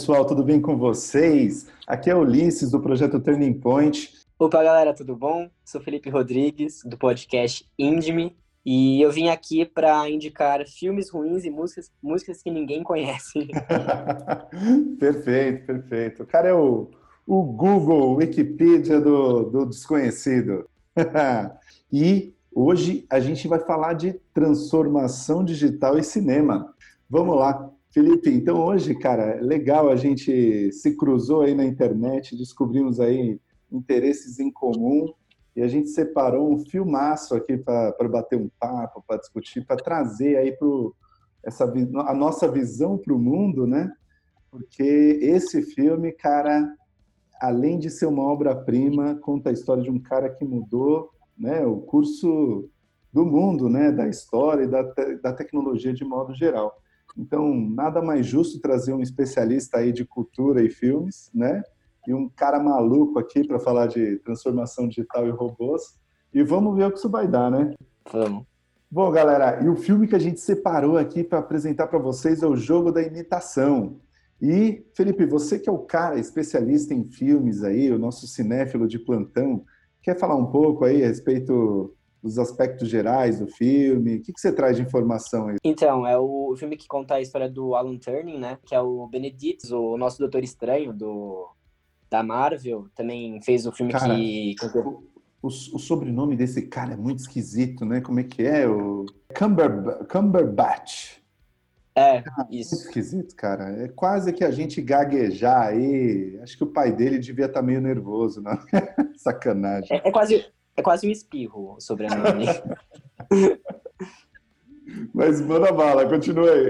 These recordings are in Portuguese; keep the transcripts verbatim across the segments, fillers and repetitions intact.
pessoal, tudo bem com vocês? Aqui é Ulisses, do projeto Turning Point. Opa, galera, tudo bom? Sou Felipe Rodrigues, do podcast Indie, e eu vim aqui para indicar filmes ruins e músicas, músicas que ninguém conhece. Perfeito, perfeito. O cara é o, o Google, o Wikipedia do, do desconhecido. E hoje a gente vai falar de transformação digital e cinema. Vamos lá. Felipe, então hoje, cara, legal, a gente se cruzou aí na internet, descobrimos aí interesses em comum e a gente separou um filmaço aqui para bater um papo, para discutir, para trazer aí pro, essa, a nossa visão para o mundo, né? Porque esse filme, cara, além de ser uma obra-prima, conta a história de um cara que mudou, né, o curso do mundo, né, da história e da, da tecnologia de modo geral. Então, nada mais justo trazer um especialista aí de cultura e filmes, né? E um cara maluco aqui para falar de transformação digital e robôs. E vamos ver o que isso vai dar, né? Vamos. Bom, galera, e o filme que a gente separou aqui para apresentar para vocês é O Jogo da Imitação. E, Felipe, você que é o cara especialista em filmes aí, o nosso cinéfilo de plantão, quer falar um pouco aí a respeito dos aspectos gerais do filme? O que, que você traz de informação aí? Então, é o filme que conta a história do Alan Turing, né? Que é o Benedict, o nosso Doutor Estranho do, da Marvel. Também fez o filme Cara, que... o, o, o sobrenome desse cara é muito esquisito, né? Como é que é? O Cumber, Cumberbatch. É, Ah, isso. muito esquisito, cara. É quase que a gente gaguejar aí. Acho que o pai dele devia estar meio nervoso, né? Sacanagem. É, é, quase, é quase um espirro o sobrenome. Mas manda bala, continua aí.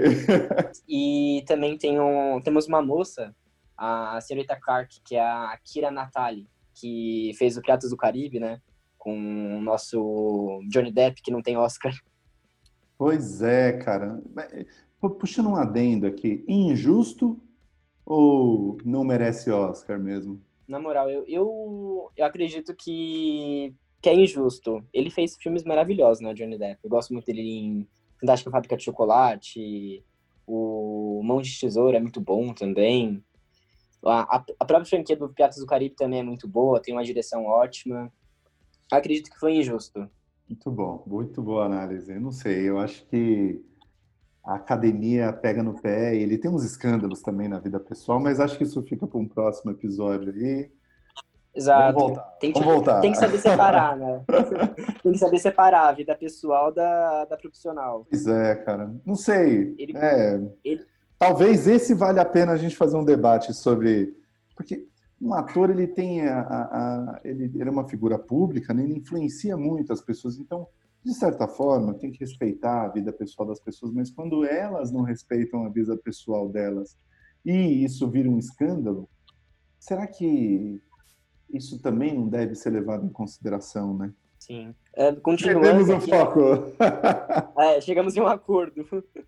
E também tem um, temos uma moça, a senhorita Clark, que é a Keira Knightley, que fez o Piratas do Caribe, né? Com o nosso Johnny Depp, que não tem Oscar. Pois é, cara. Puxando um adendo aqui, injusto ou não merece Oscar mesmo? Na moral, eu, eu, eu acredito que, que é injusto. Ele fez filmes maravilhosos, né, Johnny Depp? Eu gosto muito dele em Fantástica Fábrica de Chocolate, o Mão de Tesoura é muito bom também. A, a, a própria franquia do Piratas do Caribe também é muito boa, tem uma direção ótima. Eu acredito que foi injusto. Muito bom, muito boa análise. Eu não sei, eu acho que a academia pega no pé e ele tem uns escândalos também na vida pessoal, mas acho que isso fica para um próximo episódio aí. Vamos Exato. voltar, Tem que, vamos tem que voltar. saber separar, né? Tem que saber separar a vida pessoal da, da profissional. Pois é, cara. Não sei. Ele, É, ele, talvez esse valha a pena a gente fazer um debate sobre... Porque um ator, ele tem a, a, a- ele, ele é uma figura pública, né? Ele influencia muito as pessoas. Então, de certa forma, tem que respeitar a vida pessoal das pessoas, mas quando elas não respeitam a vida pessoal delas e isso vira um escândalo, será que isso também não deve ser levado em consideração, né? sim. É, Perdemos continuando o aqui, foco. é, chegamos em um acordo.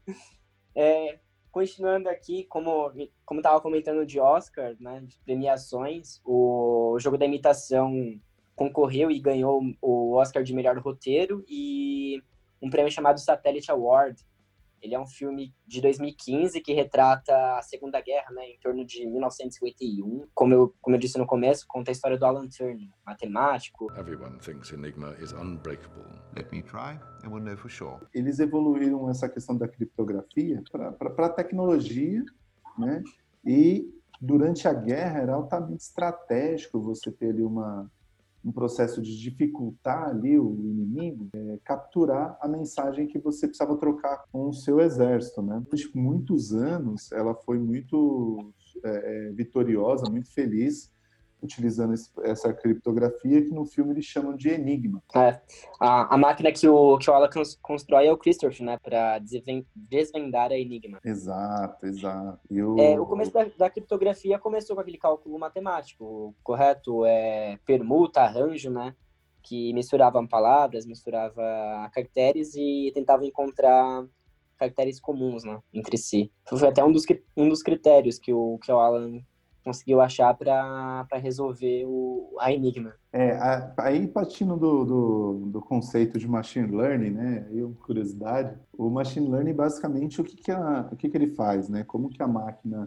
É, continuando aqui, como como estava comentando de Oscar, né, de premiações, o Jogo da Imitação concorreu e ganhou o Oscar de melhor roteiro e um prêmio chamado Satellite Award. Ele é um filme de dois mil e quinze que retrata a Segunda Guerra, né, em torno de mil novecentos e cinquenta e um. Como eu, como eu disse no começo, conta a história do Alan Turing, matemático. Everyone thinks Enigma is unbreakable. Let me try, and we'll know for sure. Eles evoluíram essa questão da criptografia para a tecnologia, né? E durante a guerra era altamente estratégico você ter ali uma, um processo de dificultar ali o inimigo, é, capturar a mensagem que você precisava trocar com o seu exército, né? Durante muitos anos ela foi muito é, vitoriosa, muito feliz, utilizando esse, essa criptografia que no filme eles chamam de enigma. É, a, a máquina que o, que o Alan constrói é o Christopher, né, para desvendar a Enigma. Exato, exato. E o... É, o começo da, da criptografia começou com aquele cálculo matemático, correto? É, permuta, arranjo, né? Que misturavam palavras, misturava caracteres e tentava encontrar caracteres comuns, né, entre si. Foi até um dos, um dos critérios que o, que o Alan conseguiu achar para resolver o, a Enigma. É, a, aí partindo do, do, do conceito de machine learning, né, aí uma curiosidade, o machine learning basicamente o que que, a, o que que ele faz, né, como que a máquina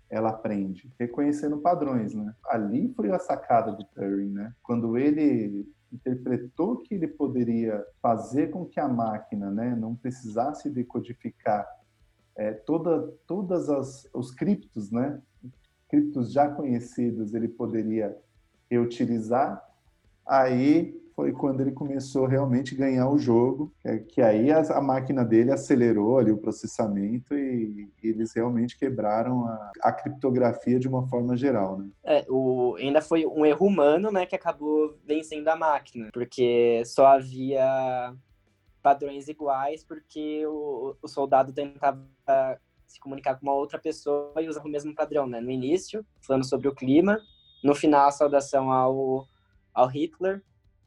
ela aprende? Reconhecendo padrões, né? Ali foi a sacada do Turing, né? Quando ele interpretou que ele poderia fazer com que a máquina, né, não precisasse decodificar é, toda, todas as, os criptos, né? Criptos já conhecidos, ele poderia reutilizar. Aí foi quando ele começou realmente a ganhar o jogo, que, que aí a, a máquina dele acelerou ali o processamento e, e eles realmente quebraram a, a criptografia de uma forma geral, né? É, o, ainda foi um erro humano, né, que acabou vencendo a máquina, porque só havia padrões iguais porque o, o soldado tentava se comunicar com uma outra pessoa e usava o mesmo padrão, né? No início, falando sobre o clima, no final, a saudação ao, ao Hitler,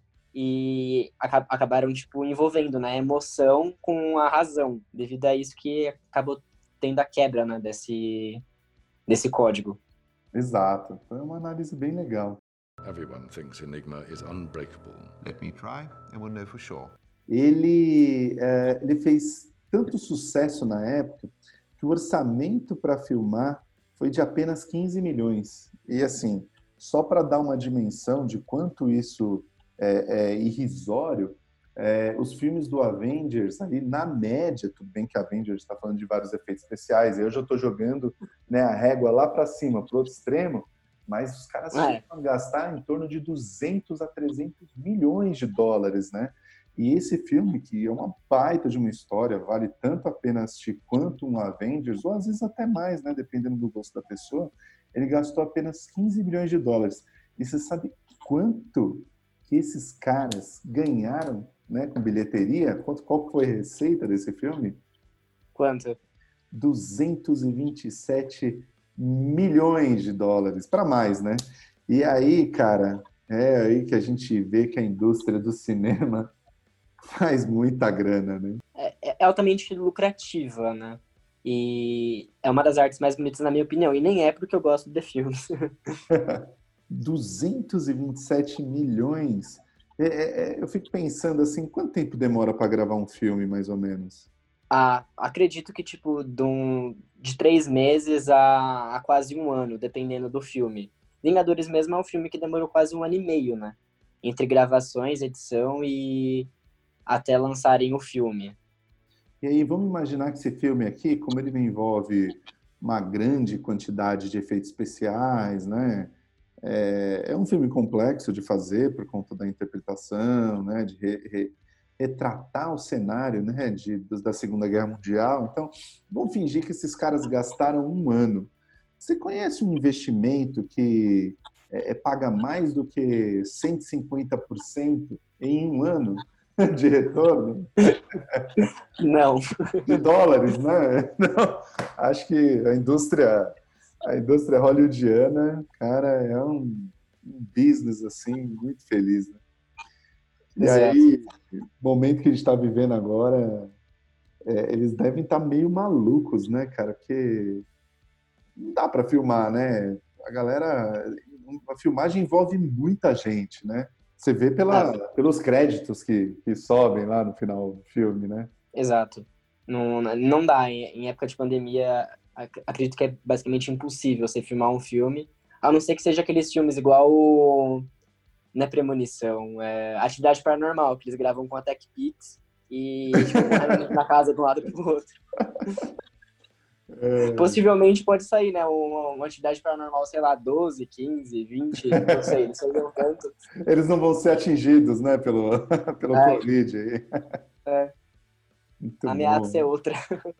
e aca- acabaram, tipo, envolvendo, né, a emoção com a razão, devido a isso que acabou tendo a quebra, né, desse, desse código. Exato. Foi uma análise bem legal. Everyone thinks Enigma is unbreakable. Let me try, and we'll know for sure. Ele, é, ele fez tanto sucesso na época que o orçamento para filmar foi de apenas quinze milhões. E assim, só para dar uma dimensão de quanto isso é, é irrisório, é, os filmes do Avengers, ali na média, tudo bem que Avengers está falando de vários efeitos especiais, eu já estou jogando, né, a régua lá para cima, para o outro extremo, mas os caras É. chegam a gastar em torno de duzentos a trezentos milhões de dólares, né? E esse filme, que é uma baita de uma história, vale tanto a pena assistir quanto um Avengers, ou às vezes até mais, né, dependendo do gosto da pessoa, ele gastou apenas quinze milhões de dólares. E você sabe quanto que esses caras ganharam, né, com bilheteria? Quanto, qual foi a receita desse filme? Quanto? duzentos e vinte e sete milhões de dólares, para mais, né? E aí, cara, é aí que a gente vê que a indústria do cinema faz muita grana, né? É, é altamente lucrativa, né? E é uma das artes mais bonitas, na minha opinião. E nem é porque eu gosto de filmes. duzentos e vinte e sete milhões. É, é, é, eu fico pensando assim, quanto tempo demora para gravar um filme, mais ou menos? Ah, acredito que, tipo, de, um, de três meses a, a quase um ano, dependendo do filme. Vingadores mesmo é um filme que demorou quase um ano e meio, né? Entre gravações, edição e até lançarem o filme. E aí, vamos imaginar que esse filme aqui, como ele envolve uma grande quantidade de efeitos especiais, né? É, é um filme complexo de fazer por conta da interpretação, né? De re, re, retratar o cenário, né? De, da Segunda Guerra Mundial. Então, vamos fingir que esses caras gastaram um ano. Você conhece um investimento que é, é, paga mais do que cento e cinquenta por cento em um ano de retorno? Não. De dólares, né? Não, acho que a indústria, a indústria hollywoodiana, cara, é um, um business assim muito feliz, né? E Exato. aí, o momento que a gente está vivendo agora, é, eles devem estar meio malucos, né, cara? Porque não dá para filmar, né? A galera, a filmagem envolve muita gente, né? Você vê pela, Ah, pelos créditos que, que sobem lá no final do filme, né? exato. Não, não dá. Em, em época de pandemia, ac- acredito que é basicamente impossível você filmar um filme, a não ser que seja aqueles filmes igual o... Não é Premonição, é Atividade Paranormal, que eles gravam com a TechPix e tipo, morrendo na casa de um lado pro outro. Possivelmente pode sair, né? Uma, uma atividade paranormal, sei lá, doze, quinze, vinte, não sei, não sei o tanto. Eles não vão ser atingidos, né, pelo, pelo É, Covid aí. é, Muito a bom. ameaça é outra.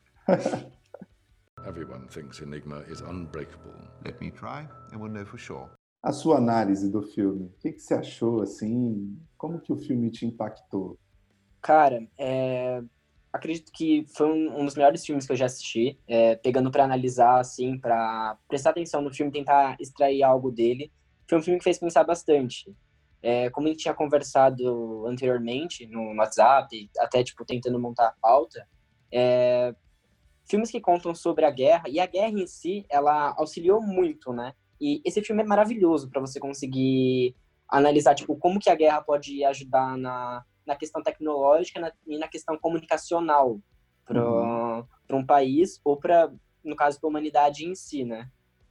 Everyone thinks Enigma is unbreakable. Let me try, and we'll know for sure. A sua análise do filme, o que, que você achou, assim? Como que o filme te impactou? Cara, é, acredito que foi um, um dos melhores filmes que eu já assisti, é, pegando pra analisar, assim, pra prestar atenção no filme, tentar extrair algo dele. Foi um filme que fez pensar bastante. É, como a gente tinha conversado anteriormente no, no WhatsApp, até, tipo, tentando montar a pauta, é, filmes que contam sobre a guerra, e a guerra em si, ela auxiliou muito, né? E esse filme é maravilhoso para você conseguir analisar, tipo, como que a guerra pode ajudar na, na questão tecnológica na, e na questão comunicacional para Uhum. um país, ou para, no caso, para a humanidade em si, né?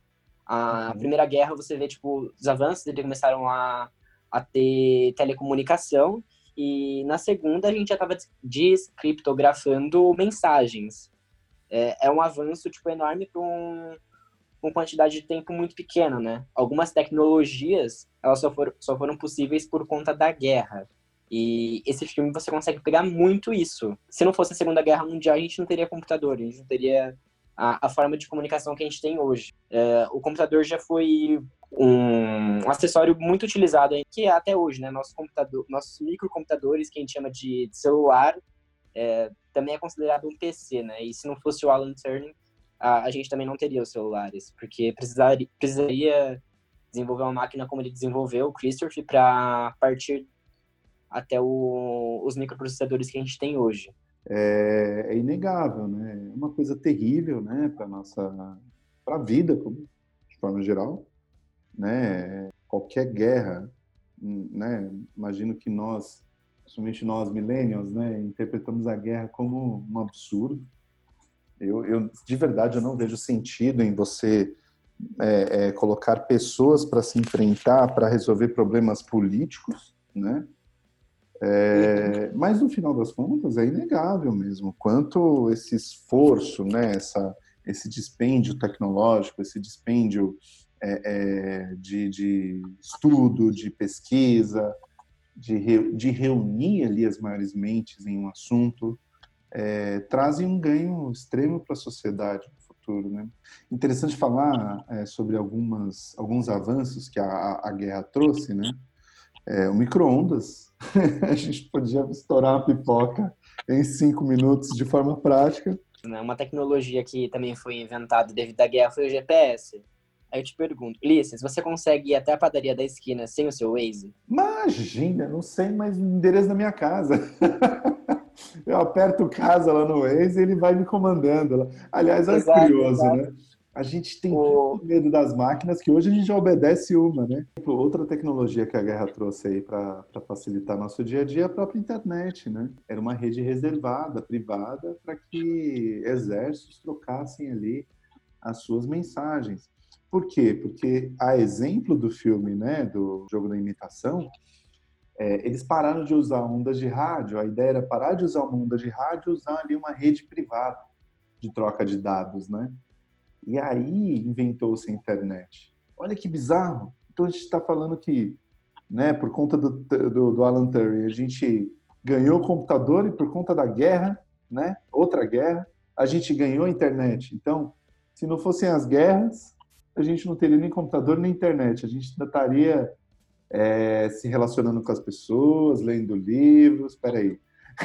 A Uhum. Primeira Guerra, você vê, tipo, os avanços, eles começaram a, a ter telecomunicação, e na Segunda a gente já estava descriptografando mensagens. É, é um avanço, tipo, enorme para um, uma quantidade de tempo muito pequena, né? Algumas tecnologias, elas só foram, só foram possíveis por conta da guerra. E esse filme você consegue pegar muito isso. Se não fosse a Segunda Guerra Mundial, a gente não teria computador, a gente não teria a, a forma de comunicação que a gente tem hoje. É, o computador já foi um, um acessório muito utilizado, que é até hoje, né? Nosso computador, nossos microcomputadores, que a gente chama de, de celular, é, também é considerado um P C, né? E se não fosse o Alan Turing, a, a gente também não teria os celulares, porque precisaria, precisaria desenvolver uma máquina como ele desenvolveu, o Christopher, para partir até o, os microprocessadores que a gente tem hoje. É, é inegável, né? É uma coisa terrível, né, para nossa, para a vida, como, de forma geral, né? Qualquer guerra, né? Imagino que nós, principalmente nós millennials, né, interpretamos a guerra como um absurdo. Eu, eu de verdade, eu não vejo sentido em você é, é, colocar pessoas para se enfrentar, para resolver problemas políticos, né? É, mas no final das contas é inegável mesmo quanto esse esforço, né, essa, esse dispêndio tecnológico, esse dispêndio é, é, de, de estudo, de pesquisa, de, re, de reunir ali as maiores mentes em um assunto, é, trazem um ganho extremo para a sociedade no futuro, né? Interessante falar é, sobre algumas, alguns avanços que a, a guerra trouxe, né? É, o micro-ondas, a gente podia estourar uma pipoca em cinco minutos de forma prática. Uma tecnologia que também foi inventada devido à guerra foi o G P S. Aí eu te pergunto, Ulisses, você consegue ir até a padaria da esquina sem o seu Waze? Imagina, não sei mais o endereço da minha casa. Eu aperto casa lá no Waze e ele vai me comandando. Aliás, olha que Exato, curioso, né? exato. A gente tem O... tanto medo das máquinas que hoje a gente já obedece uma, né? Outra tecnologia que a guerra trouxe aí para facilitar nosso dia a dia é a própria internet, né? Era uma rede reservada, privada, para que exércitos trocassem ali as suas mensagens. Por quê? Porque, a exemplo do filme, né, do Jogo da Imitação, é, eles pararam de usar ondas de rádio, a ideia era parar de usar uma onda de rádio e usar ali uma rede privada de troca de dados, né? E aí inventou-se a internet. Olha que bizarro. Então a gente está falando que, né, por conta do, do, do Alan Turing, a gente ganhou o computador e por conta da guerra, né, outra guerra, a gente ganhou a internet. Então, se não fossem as guerras, a gente não teria nem computador nem internet. A gente ainda estaria é, se relacionando com as pessoas, lendo livros. Espera aí.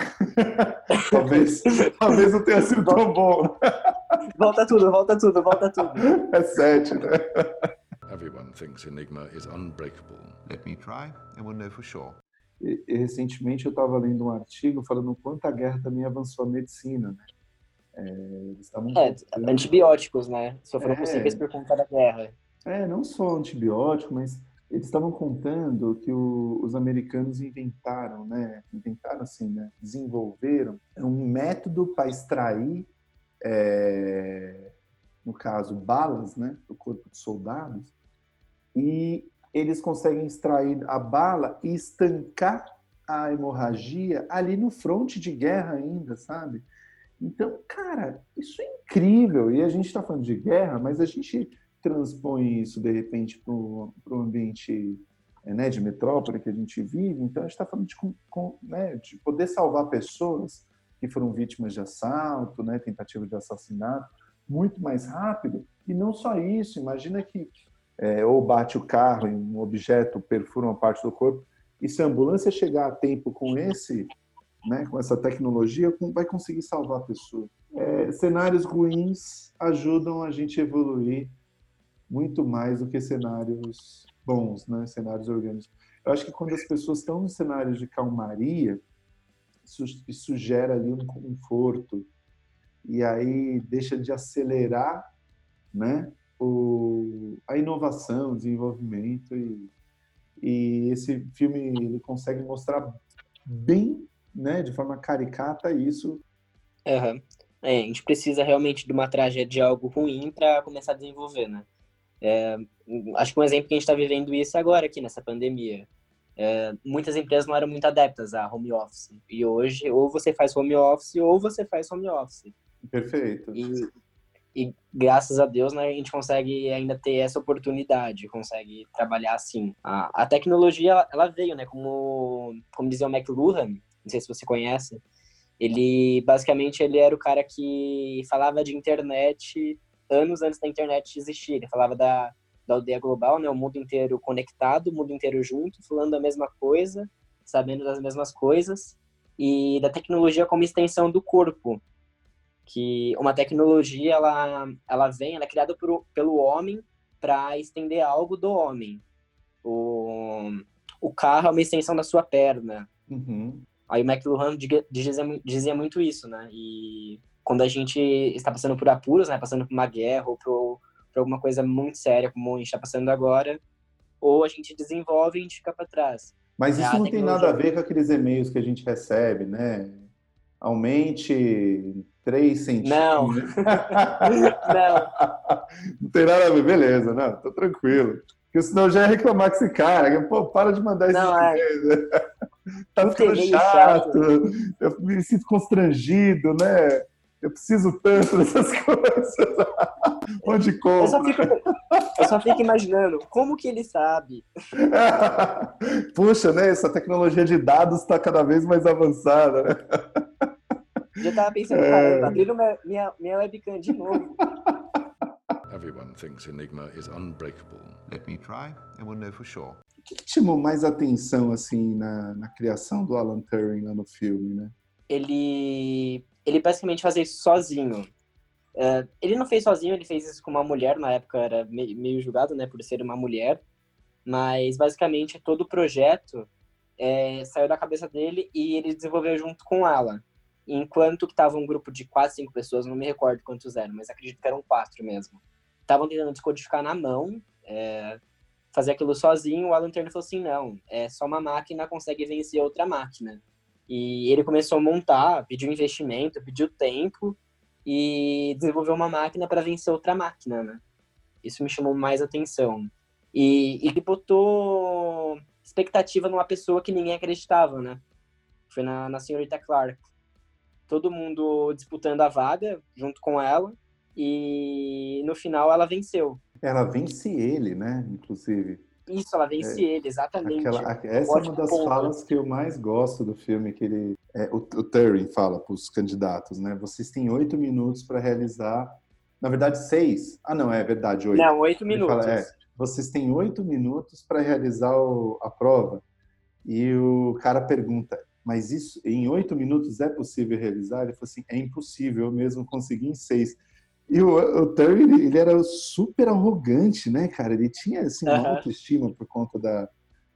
talvez, talvez não tenha sido tão bom. Volta tudo, volta tudo, volta tudo. É sete, né? Everyone thinks Enigma is unbreakable. Let me try, and we'll know for sure. E, e, recentemente eu estava lendo um artigo falando o quanto a guerra também avançou a medicina, né? É, eles estavam É, contando... antibióticos, né? Só foram É. possíveis por conta da guerra. É, não só antibiótico, mas eles estavam contando que o, os americanos inventaram, né? Inventaram assim, né? Desenvolveram um método para extrair, é, no caso, balas, né? Do corpo de soldados, e eles conseguem extrair a bala e estancar a hemorragia ali no fronte de guerra ainda, sabe? Então, cara, isso é incrível. E a gente está falando de guerra, mas a gente transpõe isso, de repente, para o ambiente, né, de metrópole que a gente vive. Então, a gente está falando de, com, né, de poder salvar pessoas que foram vítimas de assalto, né, tentativa de assassinato, muito mais rápido. E não só isso, imagina que é, ou bate o carro em um objeto, perfura uma parte do corpo, e se a ambulância chegar a tempo com esse... Né, com essa tecnologia, vai conseguir salvar a pessoa. É, cenários ruins ajudam a gente a evoluir muito mais do que cenários bons, né, cenários orgânicos. Eu acho que quando as pessoas estão no cenário de calmaria, isso, isso gera ali um conforto, e aí deixa de acelerar, né, o, a inovação, o desenvolvimento, e, e esse filme ele consegue mostrar bem, né, de forma caricata isso. Uhum. É, a gente precisa realmente de uma tragédia de algo ruim para começar a desenvolver, né? É, acho que um exemplo que a gente está vivendo isso agora aqui nessa pandemia. É, muitas empresas não eram muito adeptas a home office. E hoje, ou você faz home office, ou você faz home office. Perfeito. E, e graças a Deus, né, a gente consegue ainda ter essa oportunidade, consegue trabalhar assim. A, a tecnologia, ela, ela veio, né, como, como dizia o McLuhan, não sei se você conhece, ele, basicamente, ele era o cara que falava de internet anos antes da internet existir. Ele falava da, da aldeia global, né, o mundo inteiro conectado, o mundo inteiro junto, falando a mesma coisa, sabendo das mesmas coisas, e da tecnologia como extensão do corpo. Que uma tecnologia, ela, ela vem, ela é criada por, pelo homem para estender algo do homem. O, o carro é uma extensão da sua perna. Uhum. Aí o McLuhan dizia, dizia muito isso, né? E quando a gente está passando por apuros, né? Passando por uma guerra ou por, por alguma coisa muito séria, como a gente está passando agora, ou a gente desenvolve e a gente fica para trás. Mas É, isso a não tem nada a tecnologia... ver com aqueles e-mails que a gente recebe, né? Aumente três Não. centímetros. Não. Não tem nada a ver, beleza, não, tô tranquilo. Porque senão eu já ia reclamar com esse cara. que, Pô, para de mandar esses Não, é. e-mails. Tá Puta, ficando e-mail chato, chato. eu me sinto constrangido, né? Eu preciso tanto dessas coisas. Onde Eu só compra? fico, eu só fico imaginando, como que ele sabe? Puxa, né? Essa tecnologia de dados está cada vez mais avançada, né? Já tava pensando, caramba, É... abriram minha, minha, minha webcam de novo. Everyone thinks Enigma is unbreakable. Let me try, and we'll know for sure. O que te chamou mais atenção, assim, na, na criação do Alan Turing lá no filme, né? Ele, ele basicamente fazia isso sozinho. É, ele não fez sozinho, ele fez isso com uma mulher, na época era meio, meio julgado, né, por ser uma mulher, mas basicamente todo o projeto é, saiu da cabeça dele e ele desenvolveu junto com ela. Enquanto que estava um grupo de quatro, cinco pessoas, não me recordo quantos eram, mas acredito que eram quatro mesmo. Estavam tentando descodificar na mão, é, fazer aquilo sozinho. O Alan Turing falou assim, não, é só uma máquina consegue vencer outra máquina. E ele começou a montar, pediu investimento, pediu tempo e desenvolveu uma máquina para vencer outra máquina, né? Isso me chamou mais atenção. E, e botou expectativa numa pessoa que ninguém acreditava, né? Foi na, na senhorita Clark. Todo mundo disputando a vaga junto com ela e no final ela venceu. Ela vence ele, né? Inclusive. Isso, ela vence É, ele, exatamente. Aquela, essa é uma Ótimo das ponto. falas que eu mais gosto do filme, que ele, é, o, o Turing fala para os candidatos, né? Vocês têm oito minutos para realizar, na verdade seis. Ah, não, é verdade, oito. Não, oito Ele minutos. fala, é, vocês têm oito minutos para realizar o, a prova. E o cara pergunta, mas isso em oito minutos é possível realizar? Ele falou assim, é impossível, eu mesmo consegui em seis. E o, o Turing, ele era super arrogante, né, cara? Ele tinha, assim, uma Uhum. autoestima por conta da,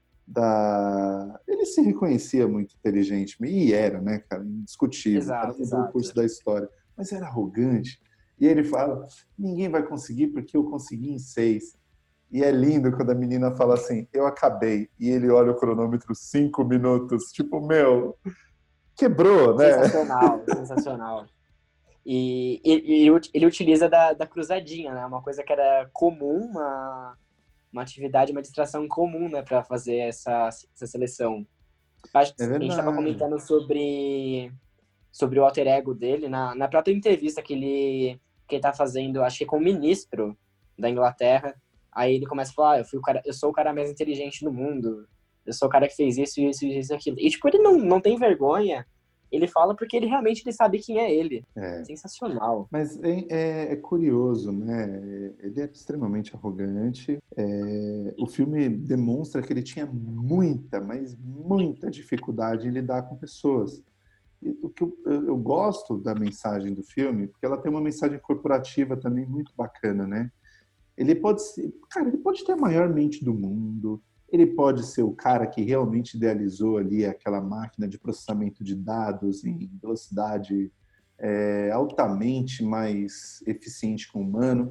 da... Ele se reconhecia muito inteligente, e era, né, cara? Indiscutível. O cara Exato, mudou o curso exato. da história. Mas era arrogante. E ele fala, ninguém vai conseguir porque eu consegui em seis. E é lindo quando a menina fala assim, eu acabei. E ele olha o cronômetro, cinco minutos. Tipo, meu, quebrou, né? Sensacional, sensacional. E, e, e ele utiliza da, da cruzadinha, né? Uma coisa que era comum, uma, uma atividade, uma distração comum, né? Para fazer essa, essa seleção. A, É a gente estava verdade. comentando sobre, sobre o alter ego dele na, na própria entrevista que ele que ele tá fazendo, acho que com o ministro da Inglaterra. Aí ele começa a falar, ah, eu, fui o cara, eu sou o cara mais inteligente do mundo, eu sou o cara que fez isso, isso, isso, aquilo. E, tipo, ele não, não tem vergonha, ele fala porque ele realmente ele sabe quem é ele. É. Sensacional. Mas é, é, é curioso, né? Ele é extremamente arrogante. É, o filme demonstra que ele tinha muita, mas muita dificuldade em lidar com pessoas. E o que eu, eu, eu gosto da mensagem do filme, porque ela tem uma mensagem corporativa também muito bacana, né? Ele pode ser, cara, ele pode ter a maior mente do mundo, ele pode ser o cara que realmente idealizou ali aquela máquina de processamento de dados em velocidade é, altamente mais eficiente que o humano,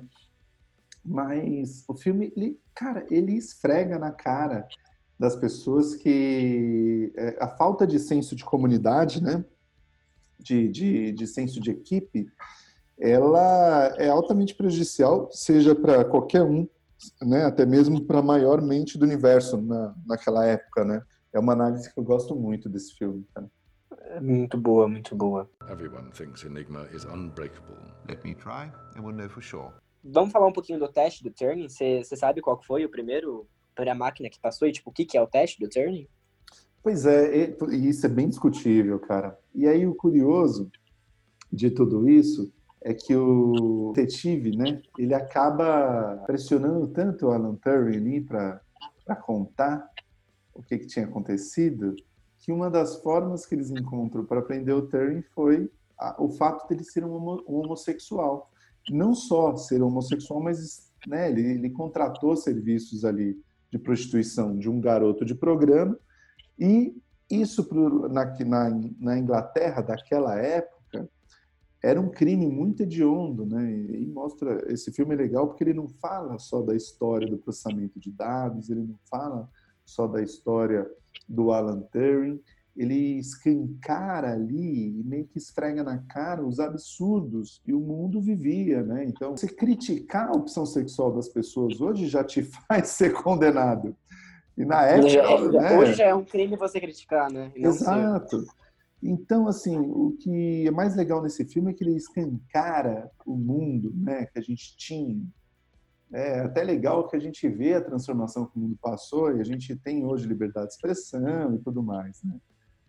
mas o filme, ele, cara, ele esfrega na cara das pessoas que é, a falta de senso de comunidade, né, de, de, de senso de equipe, ela é altamente prejudicial, seja para qualquer um, né, até mesmo para a maior mente do universo na, naquela época, né? É uma análise que eu gosto muito desse filme, cara. É muito boa, muito boa. Everyone thinks Enigma is unbreakable. Let me try, and we'll know for sure. Vamos falar um pouquinho do teste do Turing? Você sabe qual foi o primeiro para a máquina que passou? E, tipo, o que, que é o teste do Turing? Pois é, e isso é bem discutível, cara. E aí o curioso de tudo isso é que o detetive, né, ele acaba pressionando tanto o Alan Turing ali para contar o que, que tinha acontecido, que uma das formas que eles encontram para prender o Turing foi a, o fato dele ser um, homo, um homossexual. Não só ser homossexual, mas, né, ele, ele contratou serviços ali de prostituição de um garoto de programa, e isso pro, na, na, na Inglaterra daquela época era um crime muito hediondo, né? E mostra, esse filme é legal porque ele não fala só da história do processamento de dados, ele não fala só da história do Alan Turing, ele escancara ali e meio que esfrega na cara os absurdos que o mundo vivia, né? Então, você criticar a opção sexual das pessoas hoje já te faz ser condenado. E na época, Já é- né? Hoje já é um crime você criticar, né? E não ser. Exato. Então, assim, o que é mais legal nesse filme é que ele escancara o mundo, né, que a gente tinha. É até legal que a gente vê a transformação que o mundo passou e a gente tem hoje liberdade de expressão e tudo mais, né?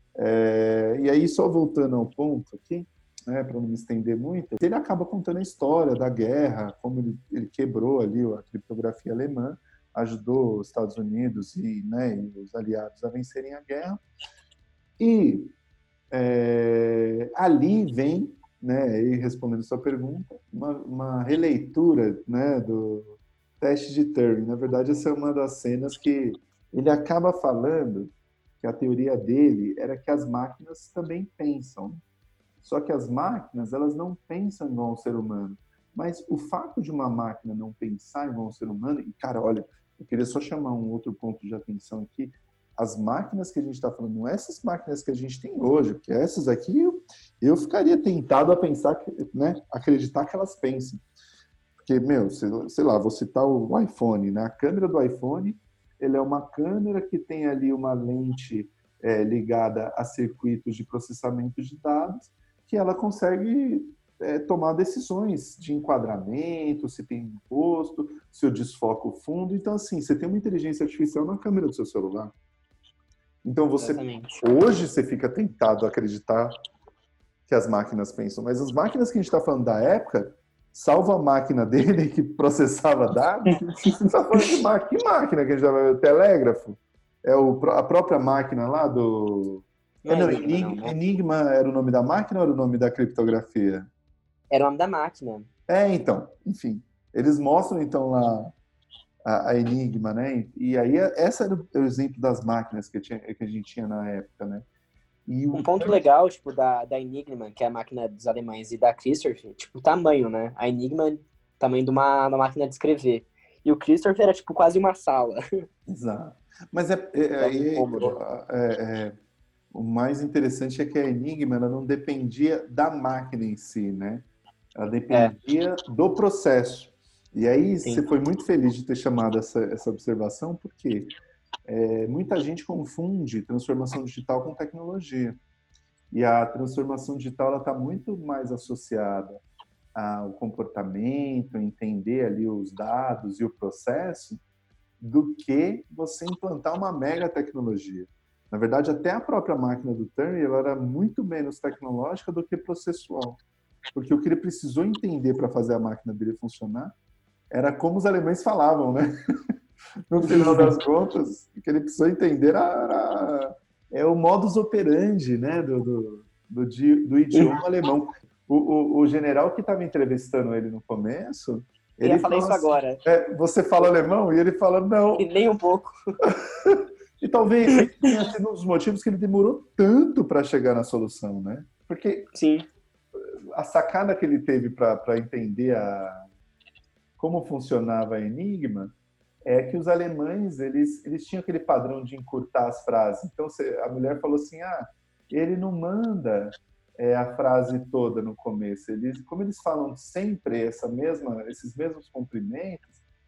É, e aí, só voltando ao ponto aqui, né, para não me estender muito, ele acaba contando a história da guerra, como ele, ele quebrou ali a criptografia alemã, ajudou os Estados Unidos e, né, e os aliados a vencerem a guerra. E é, ali vem, né, e respondendo sua pergunta, uma, uma releitura, né, do teste de Turing. Na verdade, essa é uma das cenas que ele acaba falando que a teoria dele era que as máquinas também pensam. Só que as máquinas, elas não pensam igual ao ser humano. Mas o fato de uma máquina não pensar igual ao ser humano, e cara, olha, eu queria só chamar um outro ponto de atenção aqui. As máquinas que a gente está falando, não é essas máquinas que a gente tem hoje, porque essas aqui eu, eu ficaria tentado a pensar, que, né, acreditar que elas pensem. Porque, meu, sei, sei lá, vou citar o iPhone, né? A câmera do iPhone, ele é uma câmera que tem ali uma lente é, ligada a circuitos de processamento de dados, que ela consegue é, tomar decisões de enquadramento, se tem imposto, se eu desfoco o fundo. Então, assim, você tem uma inteligência artificial na câmera do seu celular. Então, você Exatamente. hoje você fica tentado a acreditar que as máquinas pensam, mas as máquinas que a gente está falando da época, salvo a máquina dele que processava dados, você está falando de máquina. Que máquina que a gente está falando? Telégrafo? É o, a própria máquina lá do... Não, É, não, Enigma, Enigma, não, né? Enigma era o nome da máquina ou era o nome da criptografia? Era o nome da máquina. É, então, enfim. Eles mostram, então, lá a, a Enigma, né? E aí, esse era o exemplo das máquinas que, tinha, que a gente tinha na época, né? E o... Um ponto legal, tipo, da, da Enigma, que é a máquina dos alemães, e da Christopher, tipo, o tamanho, né? A Enigma, tamanho de uma, uma máquina de escrever. E o Christopher era, tipo, quase uma sala. Exato. Mas é, é, Era um é, cômodo. é, é, o mais interessante é que a Enigma ela não dependia da máquina em si, né? Ela dependia do processo. E aí Sim. você foi muito feliz de ter chamado essa, essa observação, porque é, muita gente confunde transformação digital com tecnologia. E a transformação digital está muito mais associada ao comportamento, entender ali os dados e o processo, do que você implantar uma mega tecnologia. Na verdade, até a própria máquina do Turing ela era muito menos tecnológica do que processual. Porque o que ele precisou entender para fazer a máquina dele funcionar era como os alemães falavam, né? No final das contas, o que ele precisou entender era, era é o modus operandi, né? do, do, do, do idioma alemão. O, o, o general que estava entrevistando ele no começo, Eu ele ia falar fala isso assim, agora. é, você fala alemão? E ele fala, não. E nem um pouco. E talvez esse tenha sido um dos motivos que ele demorou tanto para chegar na solução, né? Porque Sim. a sacada que ele teve para entender a, como funcionava a Enigma é que os alemães eles, eles tinham aquele padrão de encurtar as frases. Então a mulher falou assim, ah, ele não manda é, a frase toda no começo. Eles, como eles falam sempre essa mesma, esses mesmos comprimentos,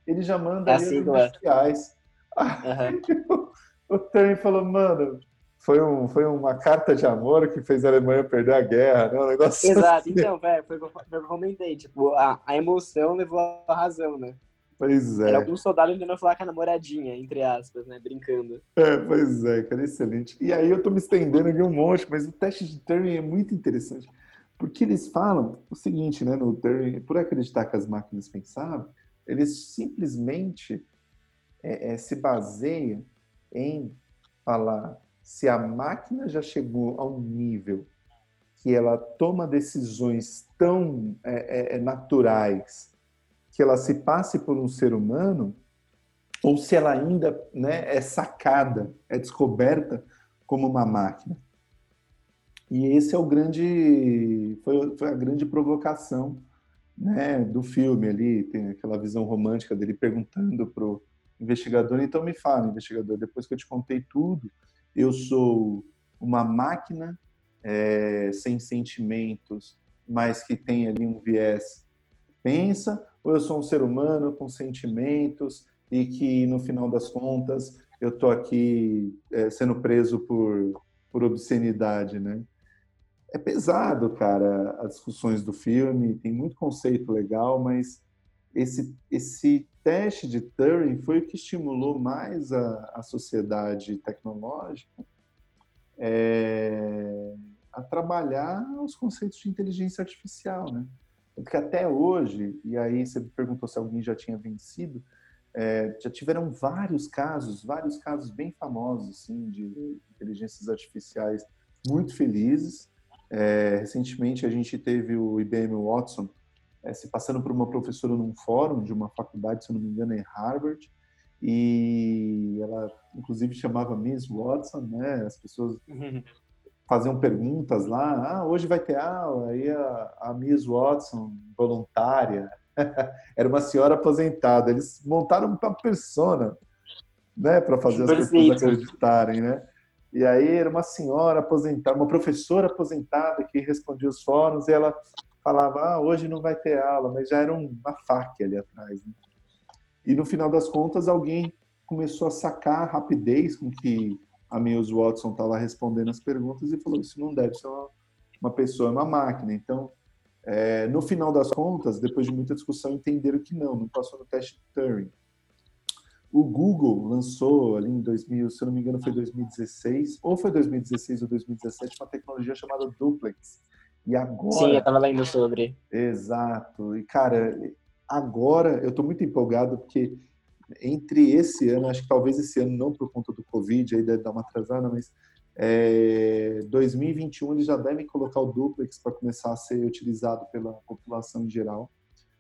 ele já manda É a ali as sigla. iniciais. Aí o Turing falou, mano, foi, um, foi uma carta de amor que fez a Alemanha perder a guerra, né? Um negócio Exato, assim. então, velho, foi o que eu foi o que eu comentei, tipo, a, a emoção levou a razão, né? Pois Era é, algum soldado tentando falar com a namoradinha, entre aspas, né? Brincando. é, pois é, cara, excelente. E aí eu tô me estendendo aqui um monte, mas o teste de Turing é muito interessante, porque eles falam o seguinte, né, no Turing, por acreditar que as máquinas pensavam, eles simplesmente é, é, se baseiam em falar se a máquina já chegou a um nível que ela toma decisões tão é, é, naturais que ela se passe por um ser humano, ou se ela ainda, né, é sacada, é descoberta como uma máquina. E esse é o grande, foi, foi a grande provocação, né, do filme ali, tem aquela visão romântica dele perguntando pro investigador, então me fala, investigador, depois que eu te contei tudo, eu sou uma máquina é, sem sentimentos, mas que tem ali um viés pensa, ou eu sou um ser humano com sentimentos e que, no final das contas, eu estou aqui é, sendo preso por, por obscenidade, né? É pesado, cara, as discussões do filme, tem muito conceito legal, mas esse, esse teste de Turing foi o que estimulou mais a, a sociedade tecnológica é, a trabalhar os conceitos de inteligência artificial, né? Porque até hoje, e aí você me perguntou se alguém já tinha vencido, é, já tiveram vários casos, vários casos bem famosos, assim, de inteligências artificiais muito felizes. É, recentemente a gente teve o I B M Watson é, se passando por uma professora num fórum de uma faculdade, se eu não me engano, em Harvard, e ela, inclusive, chamava Miss Watson, né? As pessoas faziam perguntas lá, ah, hoje vai ter aula, aí a, a Miss Watson, voluntária, era uma senhora aposentada, eles montaram uma persona, né, para fazer as pessoas Perfeito. acreditarem, né? E aí era uma senhora aposentada, uma professora aposentada que respondia os fóruns e ela falava, ah, hoje não vai ter aula, mas já era uma faca ali atrás, né? E no final das contas alguém começou a sacar a rapidez com que a Miss Watson estava respondendo as perguntas e falou, isso não deve ser uma, uma pessoa, é uma máquina. Então, é, no final das contas, depois de muita discussão, entenderam que não, não passou no teste de Turing. O Google lançou ali em dois mil, se eu não me engano foi dois mil e dezesseis, ou foi dois mil e dezesseis ou dois mil e dezessete, uma tecnologia chamada Duplex. E agora... Sim, eu tava lendo sobre. Exato. E, cara, agora eu estou muito empolgado porque entre esse ano, acho que talvez esse ano não por conta do Covid, aí deve dar uma atrasada, mas é, dois mil e vinte e um eles já devem colocar o Duplex para começar a ser utilizado pela população em geral.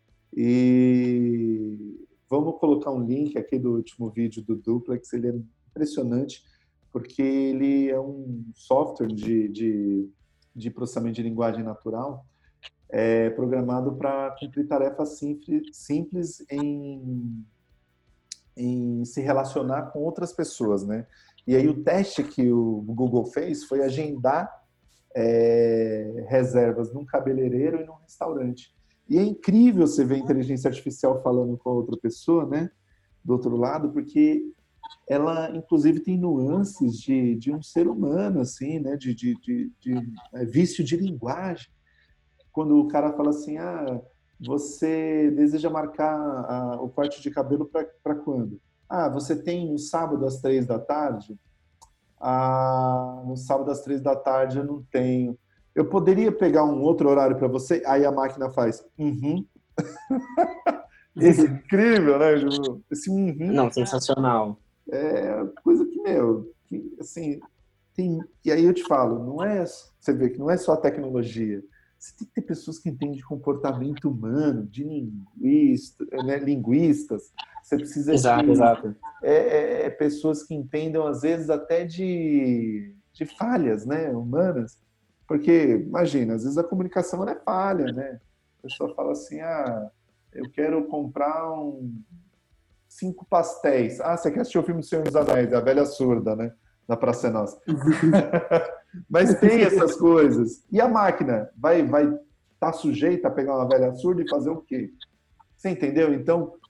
E vamos colocar um link aqui do último vídeo do Duplex, ele é impressionante porque ele é um software de, de, de processamento de linguagem natural é, programado para cumprir tarefas simples, simples em em se relacionar com outras pessoas, né? E aí o teste que o Google fez foi agendar é, reservas num cabeleireiro e num restaurante. E é incrível você ver a inteligência artificial falando com a outra pessoa, né? Do outro lado, porque ela, inclusive, tem nuances de, de um ser humano, assim, né? De, de, de, de é, vício de linguagem. Quando o cara fala assim, ah, você deseja marcar a, o corte de cabelo para quando? Ah, você tem no sábado às três da tarde? Ah, no sábado às três da tarde eu não tenho. Eu poderia pegar um outro horário para você? Aí a máquina faz, uhum. Esse é incrível, né? Esse uhum. Não, sensacional. É coisa que, meu, que, assim, tem... E aí eu te falo, não é, você vê que não é só a tecnologia. Você tem que ter pessoas que entendem de comportamento humano, de linguista, né, linguistas. Você precisa Exato, de exato. é, é, pessoas que entendam, às vezes, até de, de falhas, né, humanas. Porque, imagina, às vezes a comunicação ela é falha, né? A pessoa fala assim, ah, eu quero comprar um, cinco pastéis. Ah, você quer assistir o filme do Senhor dos Anéis, a velha surda, né? Da Praça é Nossa. Mas tem essas coisas. E a máquina vai vai estar tá sujeita a pegar uma velha surda e fazer o quê? Você entendeu? Então,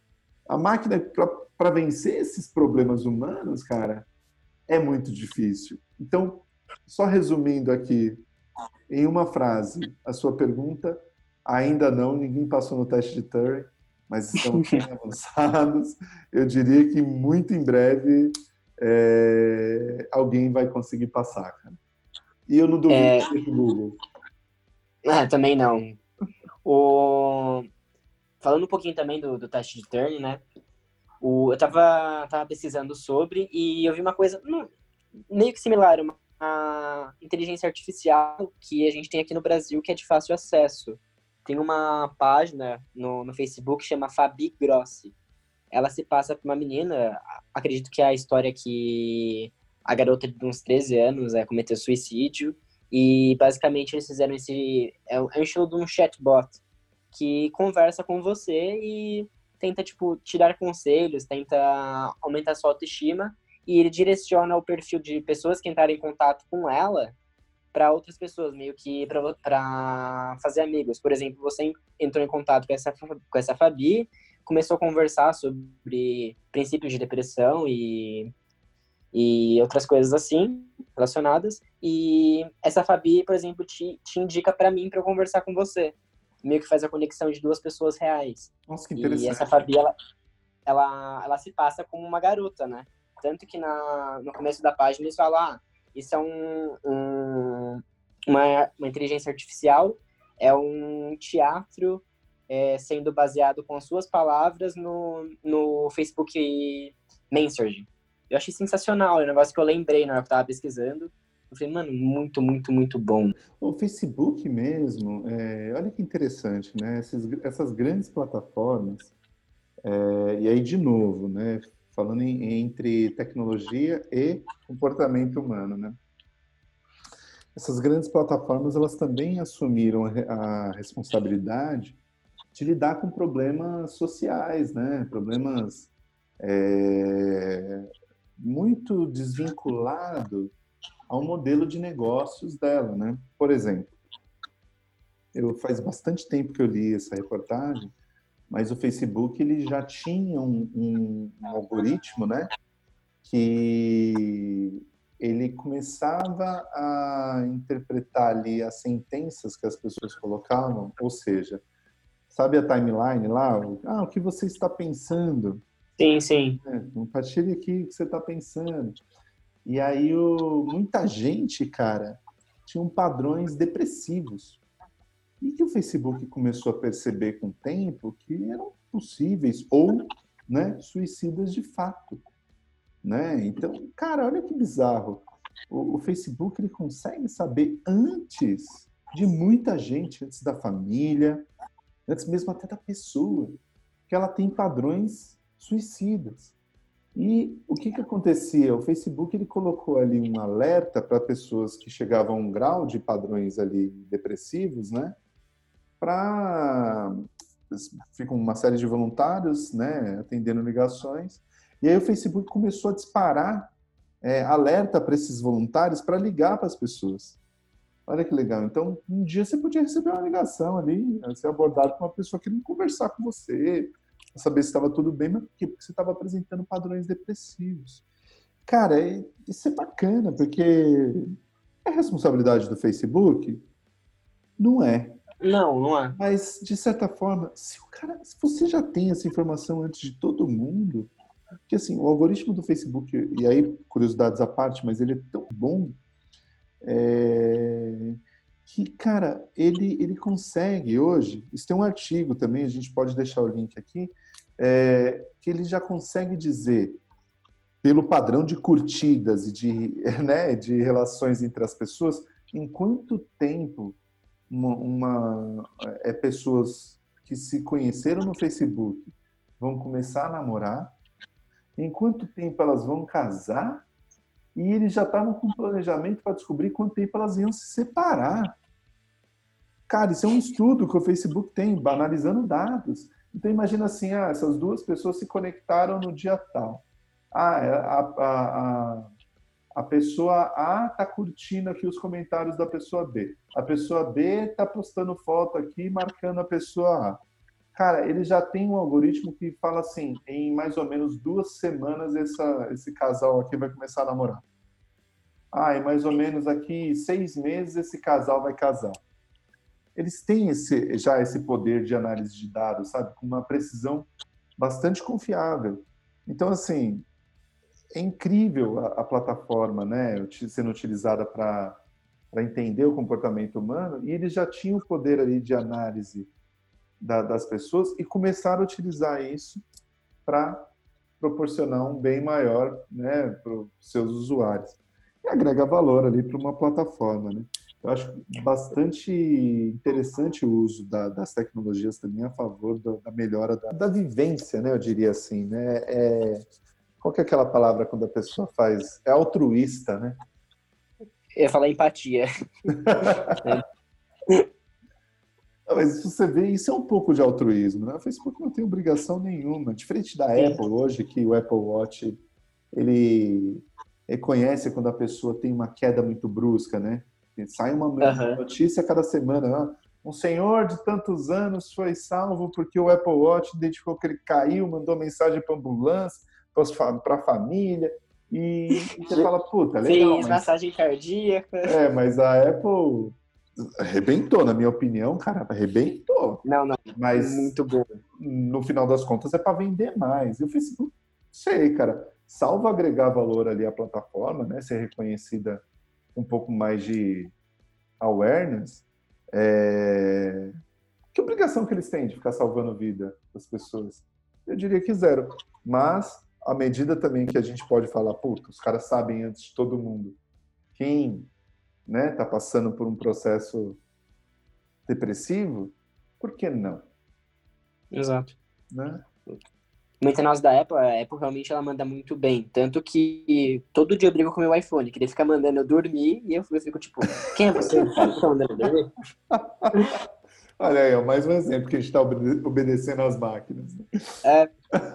A máquina, para vencer esses problemas humanos, cara, é muito difícil. Então, só resumindo aqui, em uma frase, a sua pergunta, ainda não, ninguém passou no teste de Turing, mas estamos bem avançados. Eu diria que muito em breve é, alguém vai conseguir passar, cara. E eu não duvido É... que seja o Google. Ah, também não. O... Falando um pouquinho também do, do teste de Turing, né? O... Eu tava, tava pesquisando sobre e eu vi uma coisa não, meio que similar, uma a inteligência artificial que a gente tem aqui no Brasil, que é de fácil acesso. Tem uma página no, no Facebook que chama Fabi Grossi. Ela se passa por uma menina, acredito que é a história que a garota de uns treze anos é, cometeu suicídio, e basicamente eles fizeram esse... É um é um estilo de um chatbot que conversa com você e tenta, tipo, te dar conselhos, tenta aumentar a sua autoestima, e ele direciona o perfil de pessoas que entrarem em contato com ela para outras pessoas, meio que para fazer amigos. Por exemplo, você entrou em contato com essa, com essa Fabi, começou a conversar sobre princípios de depressão e, e outras coisas assim, relacionadas, e essa Fabi, por exemplo, te, te indica para mim para eu conversar com você. Meio que faz a conexão de duas pessoas reais. Nossa, que interessante. E essa Fabi, ela, ela, ela se passa como uma garota, né? Tanto que na, no começo da página eles falam, ah, isso é um, um, uma, uma inteligência artificial, é um teatro é, sendo baseado com as suas palavras no, no Facebook Messenger. Eu achei sensacional, é um negócio que eu lembrei na hora que eu tava pesquisando. Eu falei, mano, muito, muito, muito bom. O Facebook mesmo, é, olha que interessante, né? Essas, essas grandes plataformas, é, e aí de novo, né? Falando em, entre tecnologia e comportamento humano, né? Essas grandes plataformas, elas também assumiram a, a responsabilidade de lidar com problemas sociais, né? Problemas é, muito desvinculados ao modelo de negócios dela, né? Por exemplo, eu faz bastante tempo que eu li essa reportagem, mas o Facebook ele já tinha um, um, um algoritmo, né? Que ele começava a interpretar ali as sentenças que as pessoas colocavam, ou seja, sabe a timeline lá? Ah, o que você está pensando? Sim, sim. É, compartilhe aqui o que você está pensando. E aí, o, muita gente, cara, tinham padrões depressivos. E que o Facebook começou a perceber com o tempo que eram possíveis ou, né, suicidas de fato. Né? Então, cara, olha que bizarro. O, o Facebook ele consegue saber antes de muita gente, antes da família, antes mesmo até da pessoa, que ela tem padrões suicidas. E o que que acontecia? O Facebook ele colocou ali um alerta para pessoas que chegavam a um grau de padrões ali depressivos, né? Para ficam uma série de voluntários, né, atendendo ligações. E aí o Facebook começou a disparar é, alerta para esses voluntários para ligar para as pessoas. Olha que legal. Então, um dia você podia receber uma ligação ali, ser abordado por uma pessoa querendo conversar com você, para saber se estava tudo bem, mas por quê? Porque você estava apresentando padrões depressivos. Cara, isso é bacana, porque é responsabilidade do Facebook? Não é. Não, não é. Mas, de certa forma, se o cara, se você já tem essa informação antes de todo mundo, porque assim, o algoritmo do Facebook, e aí, curiosidades à parte, mas ele é tão bom, é, que, cara, ele, ele consegue hoje, isso tem um artigo também, a gente pode deixar o link aqui, é, que ele já consegue dizer, pelo padrão de curtidas e de, né, de relações entre as pessoas, em quanto tempo uma, uma é, pessoas que se conheceram no Facebook vão começar a namorar, em quanto tempo elas vão casar, e eles já estavam com planejamento para descobrir quanto tempo elas iam se separar. Cara, isso é um estudo que o Facebook tem, analisando dados. Então imagina assim, ah, essas duas pessoas se conectaram no dia tal. Ah, a, a, a, a pessoa A está curtindo aqui os comentários da pessoa B. A pessoa B está postando foto aqui marcando a pessoa A. Cara, ele já tem um algoritmo que fala assim, em mais ou menos duas semanas essa, esse casal aqui vai começar a namorar. Ah, em mais ou menos aqui seis meses esse casal vai casar. Eles têm esse, já esse poder de análise de dados, sabe? Com uma precisão bastante confiável. Então, assim, é incrível a, a plataforma, né? Sendo utilizada para para entender o comportamento humano, e eles já tinham o poder ali de análise da, das pessoas e começaram a utilizar isso para proporcionar um bem maior, né, para os seus usuários. E agrega valor ali para uma plataforma, né? Eu acho bastante interessante o uso da, das tecnologias também a favor da, da melhora da, da vivência, né? Eu diria assim, né? É, qual que é aquela palavra quando a pessoa faz? É altruísta, né? Eu ia falar empatia. Mas se você vê, isso é um pouco de altruísmo, né? O Facebook não tem obrigação nenhuma. Diferente da Sim. Apple hoje, que o Apple Watch, ele reconhece quando a pessoa tem uma queda muito brusca, né? Sai uma Uhum. notícia a cada semana. Ah, um senhor de tantos anos foi salvo porque o Apple Watch identificou que ele caiu, mandou mensagem para a ambulância, para a família. E você fala, puta, legal, Fez mas... massagem cardíaca. É, mas a Apple arrebentou, na minha opinião, cara, arrebentou. Não, não. Mas, Muito bom. no final das contas, é para vender mais. Eu fiz, não sei, cara, salvo agregar valor ali à plataforma, né, ser reconhecida um pouco mais de awareness, é... que obrigação que eles têm de ficar salvando a vida das pessoas? Eu diria que zero. Mas, à medida também que a gente pode falar, puta, os caras sabem antes de todo mundo quem, né, tá passando por um processo depressivo, por que não? Exato. Né? Muito nós da Apple, a Apple realmente ela manda muito bem. Tanto que todo dia eu brigo com o meu iPhone, que ele fica mandando eu dormir e eu fico tipo, quem é você, cara? Fica mandando eu dormir? Olha aí, ó, mais um exemplo que a gente está obede- obedecendo às máquinas. É,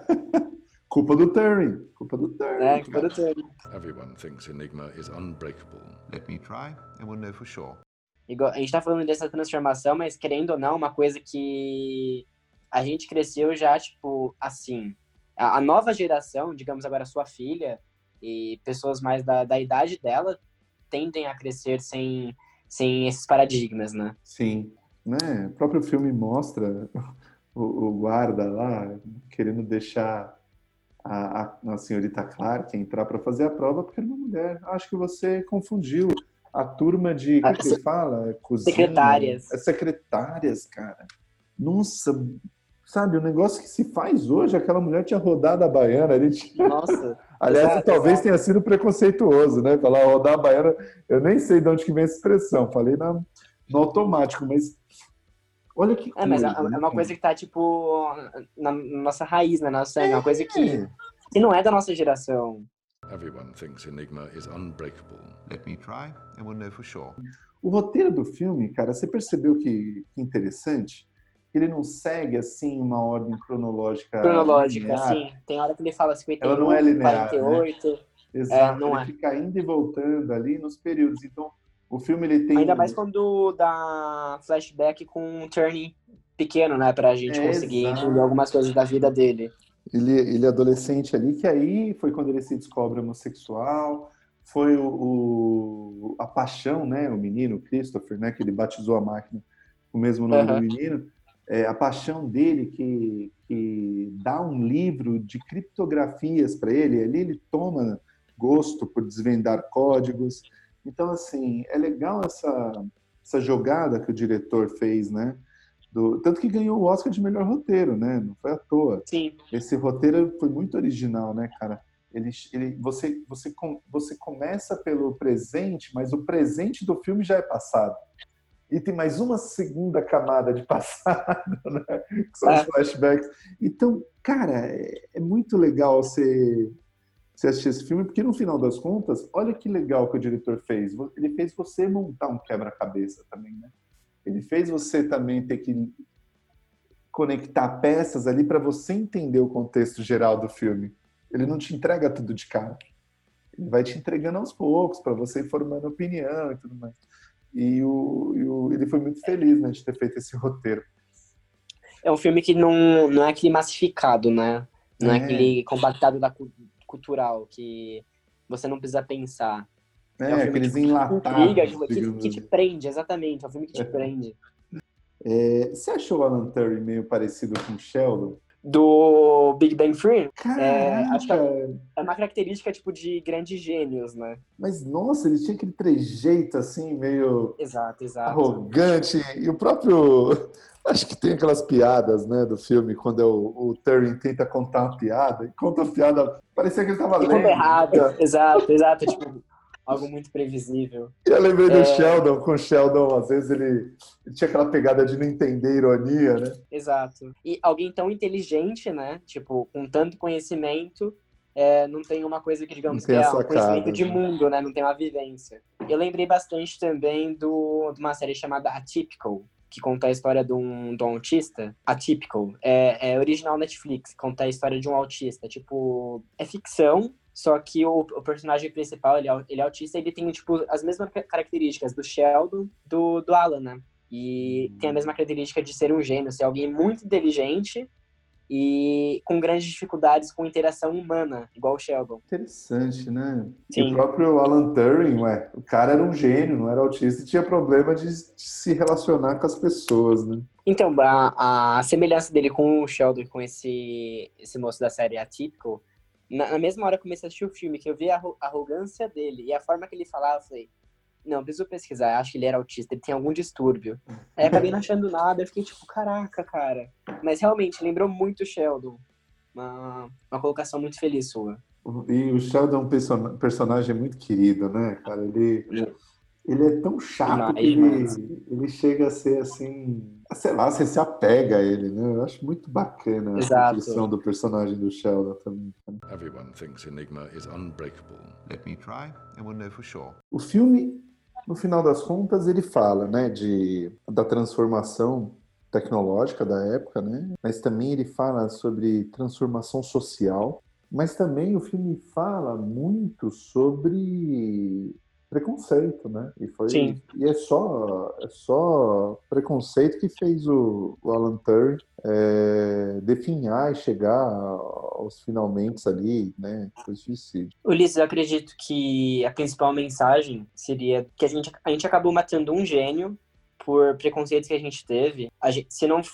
Culpa do Turing. Culpa do Turing, é, cara. todo tempo. Everyone thinks Enigma is unbreakable. Let me try, and we'll know for sure. Igual, a gente tá falando dessa transformação, mas querendo ou não, uma coisa que a gente cresceu já, tipo, assim, a, a nova geração, digamos agora sua filha e pessoas mais da, da idade dela, tendem a crescer sem, sem esses paradigmas, né? Sim. Né? O próprio filme mostra o, o guarda lá querendo deixar a, a, a senhorita Clark entrar para fazer a prova porque era uma mulher. Acho que você confundiu a turma de... O que, que ele fala? Cozinha, Secretárias. é secretárias, cara. Nossa, sabe, o negócio que se faz hoje, aquela mulher tinha rodado a baiana. Ali tinha... Nossa. Aliás, exato, talvez exato. tenha sido preconceituoso, né? Falar rodar a baiana, eu nem sei de onde que vem essa expressão. Falei na, no automático, mas olha que É, coisa. mas é, né, é uma coisa que tá, tipo, na nossa raiz, na nossa sangue. É uma coisa que, É. que não é da nossa geração. Everyone thinks Enigma is unbreakable. Let me try, and we'll know for sure. O roteiro do filme, cara, você percebeu que, que interessante? Ele não segue, assim, uma ordem cronológica Cronológica, linear. sim. Tem hora que ele fala Ela não é cinquenta e um, linear, quarenta e oito. Exato, não ele é. fica indo e voltando ali nos períodos. Então, o filme, ele tem... Ainda mais quando dá flashback com um turning pequeno, né? Pra gente É, conseguir exato. entender algumas coisas da vida dele. Ele, ele é adolescente ali, que aí foi quando ele se descobre homossexual, foi o, o- a paixão, né? O menino, Christopher, né? Que ele batizou a máquina com o mesmo nome do Aham. menino. É, a paixão dele que, que dá um livro de criptografias para ele. Ali ele toma gosto por desvendar códigos. Então, assim, é legal essa, essa jogada que o diretor fez, né? Do, tanto que ganhou o Oscar de melhor roteiro, né? Não foi à toa. Sim. Esse roteiro foi muito original, né, cara? Ele, ele, você, você, com- você começa pelo presente, mas o presente do filme já é passado. E tem mais uma segunda camada de passado, né? Que são os É. flashbacks. Então, cara, é, é muito legal você, você assistir esse filme, porque no final das contas, olha que legal que o diretor fez. Ele fez você montar um quebra-cabeça também, né? Ele fez você também ter que conectar peças ali para você entender o contexto geral do filme. Ele não te entrega tudo de cara. Ele vai te entregando aos poucos para você ir formando opinião e tudo mais. E, o, e o- ele foi muito feliz, né, de ter feito esse roteiro. É um filme que não, não é aquele massificado, né? Não é, É. aquele compactado da cu- cultural, que você não precisa pensar. É, É um filme aqueles que, que enlatados, intriga, que, que, digamos que te assim. prende, exatamente. É um filme que te prende. É, você achou o Alan Turing meio parecido com o Sheldon? Do Big Bang Theory, é, acho que Caraca! é uma característica tipo de grandes gênios, né? Mas, nossa, ele tinha aquele trejeito assim, meio Exato, exato. arrogante. E o próprio... Acho que tem aquelas piadas, né, do filme, quando é o, o Turing tenta contar uma piada, e conta a piada, parecia que ele estava E conta lendo. errado, exato, exato, tipo, algo muito previsível. E eu lembrei do É, Sheldon, com o Sheldon, às vezes ele, ele tinha aquela pegada de não entender ironia, né? exato. E alguém tão inteligente, né? Tipo, com tanto conhecimento, é, não tem uma coisa que, Não digamos, que tem as é um conhecimento sacadas, de né? mundo, né? Não tem uma vivência. Eu lembrei bastante também do, de uma série chamada Atypical, que conta a história de um, de um autista. Atypical. É, é original Netflix, conta a história de um autista. Tipo, é ficção, só que o, o personagem principal, ele é, ele é autista e ele tem, tipo, as mesmas características do Sheldon, do, do Alan, né? E tem a mesma característica de ser um gênio, ser alguém muito inteligente e com grandes dificuldades com interação humana, igual o Sheldon. Interessante, né? E o Sim. próprio Alan Turing, ué, o cara era um gênio, não era autista e tinha problema de, de se relacionar com as pessoas, né? Então, a, a semelhança dele com o Sheldon, com esse, esse moço da série Atypical, na, na mesma hora que eu comecei a assistir o filme, que eu vi a arro- arrogância dele e a forma que ele falava, eu falei, não, preciso pesquisar, acho que ele era autista, ele tem algum distúrbio. Aí acabei não achando nada, eu fiquei tipo, caraca, cara. Mas realmente, lembrou muito o Sheldon. Uma, uma colocação muito feliz sua. E o Sheldon é um person- personagem muito querido, né, cara? Ele, ele é tão chato que Demais, demais. ele, ele chega a ser assim, sei lá, você se apega a ele, né? Eu acho muito bacana a construção Exato. do personagem do Sheldon também. Everyone thinks Enigma is unbreakable. Let me try, and we'll know for sure. O filme, no final das contas, ele fala, né, de, da transformação tecnológica da época, né? Mas também ele fala sobre transformação social, mas também o filme fala muito sobre preconceito, né? E foi Sim. e é só é só preconceito que fez o, o Alan Turing é, definhar e chegar aos finalmente ali, né? Do suicídio. Ulisses, eu acredito que a principal mensagem seria que a gente, a gente acabou matando um gênio por preconceitos que a gente teve. A gente, se não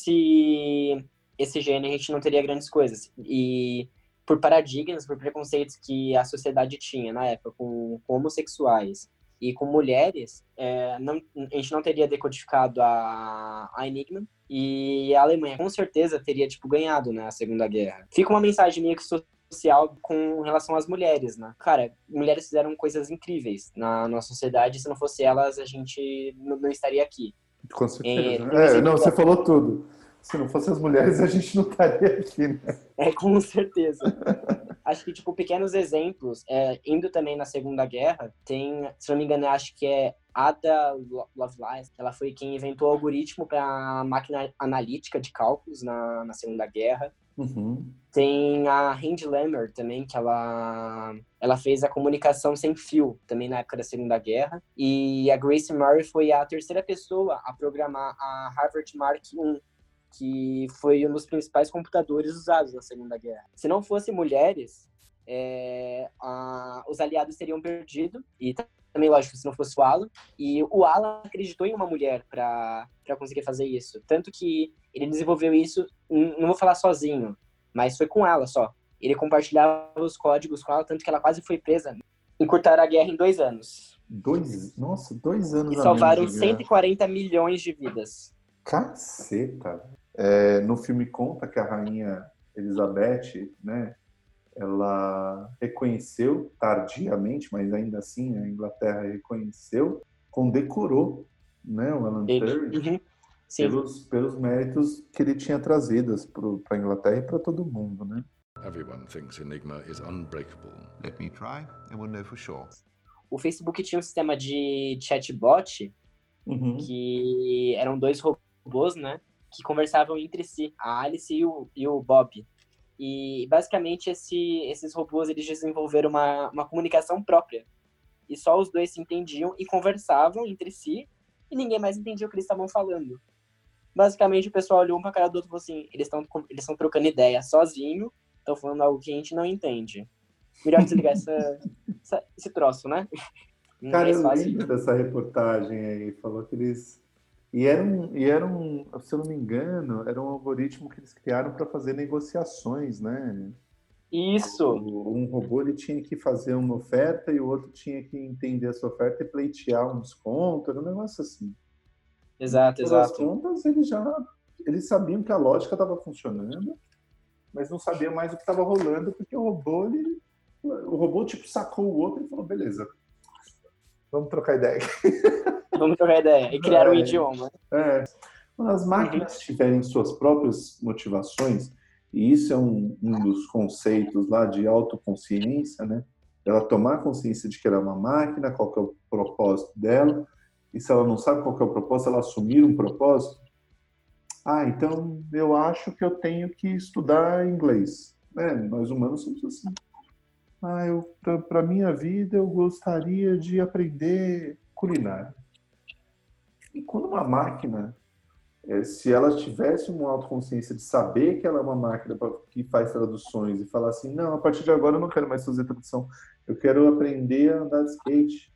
fosse esse gênio, a gente não teria grandes coisas. E por paradigmas, por preconceitos que a sociedade tinha na época com, com homossexuais e com mulheres, é, não, a gente não teria decodificado a, a Enigma e a Alemanha com certeza teria tipo ganhado, né, a Segunda Guerra. Fica uma mensagem meio que social com relação às mulheres, né? Cara, mulheres fizeram coisas incríveis na nossa sociedade, se não fosse elas, a gente não, não estaria aqui. Com certeza. É, tem um É, não, exemplo você da... falou tudo. Se não fossem as mulheres, a gente não estaria aqui, né? É, com certeza. Acho que, tipo, pequenos exemplos, é, indo também na Segunda Guerra, tem, se não me engano, acho que é Ada Lovelace, ela foi quem inventou o algoritmo para a máquina analítica de cálculos na, na Segunda Guerra. Uhum. Tem a Handy Lammer também, que ela, ela fez a comunicação sem fio, também na época da Segunda Guerra. E a Grace Murray foi a terceira pessoa a programar a Harvard Mark um, que foi um dos principais computadores usados na Segunda Guerra. Se não fossem mulheres, é, a, os aliados teriam perdido, e também, lógico, se não fosse o Alan. E o Alan acreditou em uma mulher para conseguir fazer isso. Tanto que ele desenvolveu isso, não vou falar sozinho, mas foi com ela só. Ele compartilhava os códigos com ela, tanto que ela quase foi presa. Encurtaram a guerra em dois anos. Dois, nossa, dois anos E a salvaram menos de guerra. cento e quarenta milhões de vidas. Caceta! É, no filme conta que a rainha Elizabeth, né, ela reconheceu tardiamente, mas ainda assim a Inglaterra reconheceu, condecorou, né, o Alan Ele. Turing Uhum. Sim. pelos, pelos méritos que ele tinha trazido para a Inglaterra e para todo mundo, né? Everyone thinks Enigma is unbreakable. Let me try, and we'll know for sure. O Facebook tinha um sistema de chatbot, Uhum. que eram dois robôs, né, que conversavam entre si, a Alice e o, e o Bob. E, basicamente, esse, esses robôs, eles desenvolveram uma, uma comunicação própria. E só os dois se entendiam e conversavam entre si, e ninguém mais entendia o que eles estavam falando. basicamente o pessoal olhou um pra cara do outro e falou assim, eles estão eles estão trocando ideia sozinho, estão falando algo que a gente não entende. Melhor desligar essa, essa, esse troço, né? Cara, Mais eu fácil. lembro dessa reportagem aí, falou que eles... E era um, e era um, se eu não me engano, era um algoritmo que eles criaram para fazer negociações, né? Isso, O- Um robô ele tinha que fazer uma oferta e o outro tinha que entender essa oferta e pleitear um desconto, era um negócio assim. exato, No final das exato. contas, eles já eles sabiam que a lógica estava funcionando, mas não sabiam mais o que estava rolando, porque o robô, ele, o robô tipo sacou o outro e falou, beleza, vamos trocar ideia. Vamos trocar ideia. E criar um É, idioma. é. Quando as máquinas tiverem suas próprias motivações, e isso é um, um dos conceitos lá de autoconsciência, né? Ela tomar consciência de que ela é uma máquina, qual que é o propósito dela, e se ela não sabe qual que é o propósito, ela assumir um propósito. Ah, então eu acho que eu tenho que estudar inglês. É, nós humanos somos assim. Ah, eu para minha vida eu gostaria de aprender culinária. E quando uma máquina, eh, se ela tivesse uma autoconsciência de saber que ela é uma máquina pra, que faz traduções e falar assim, não, a partir de agora eu não quero mais fazer tradução, eu quero aprender a andar de skate.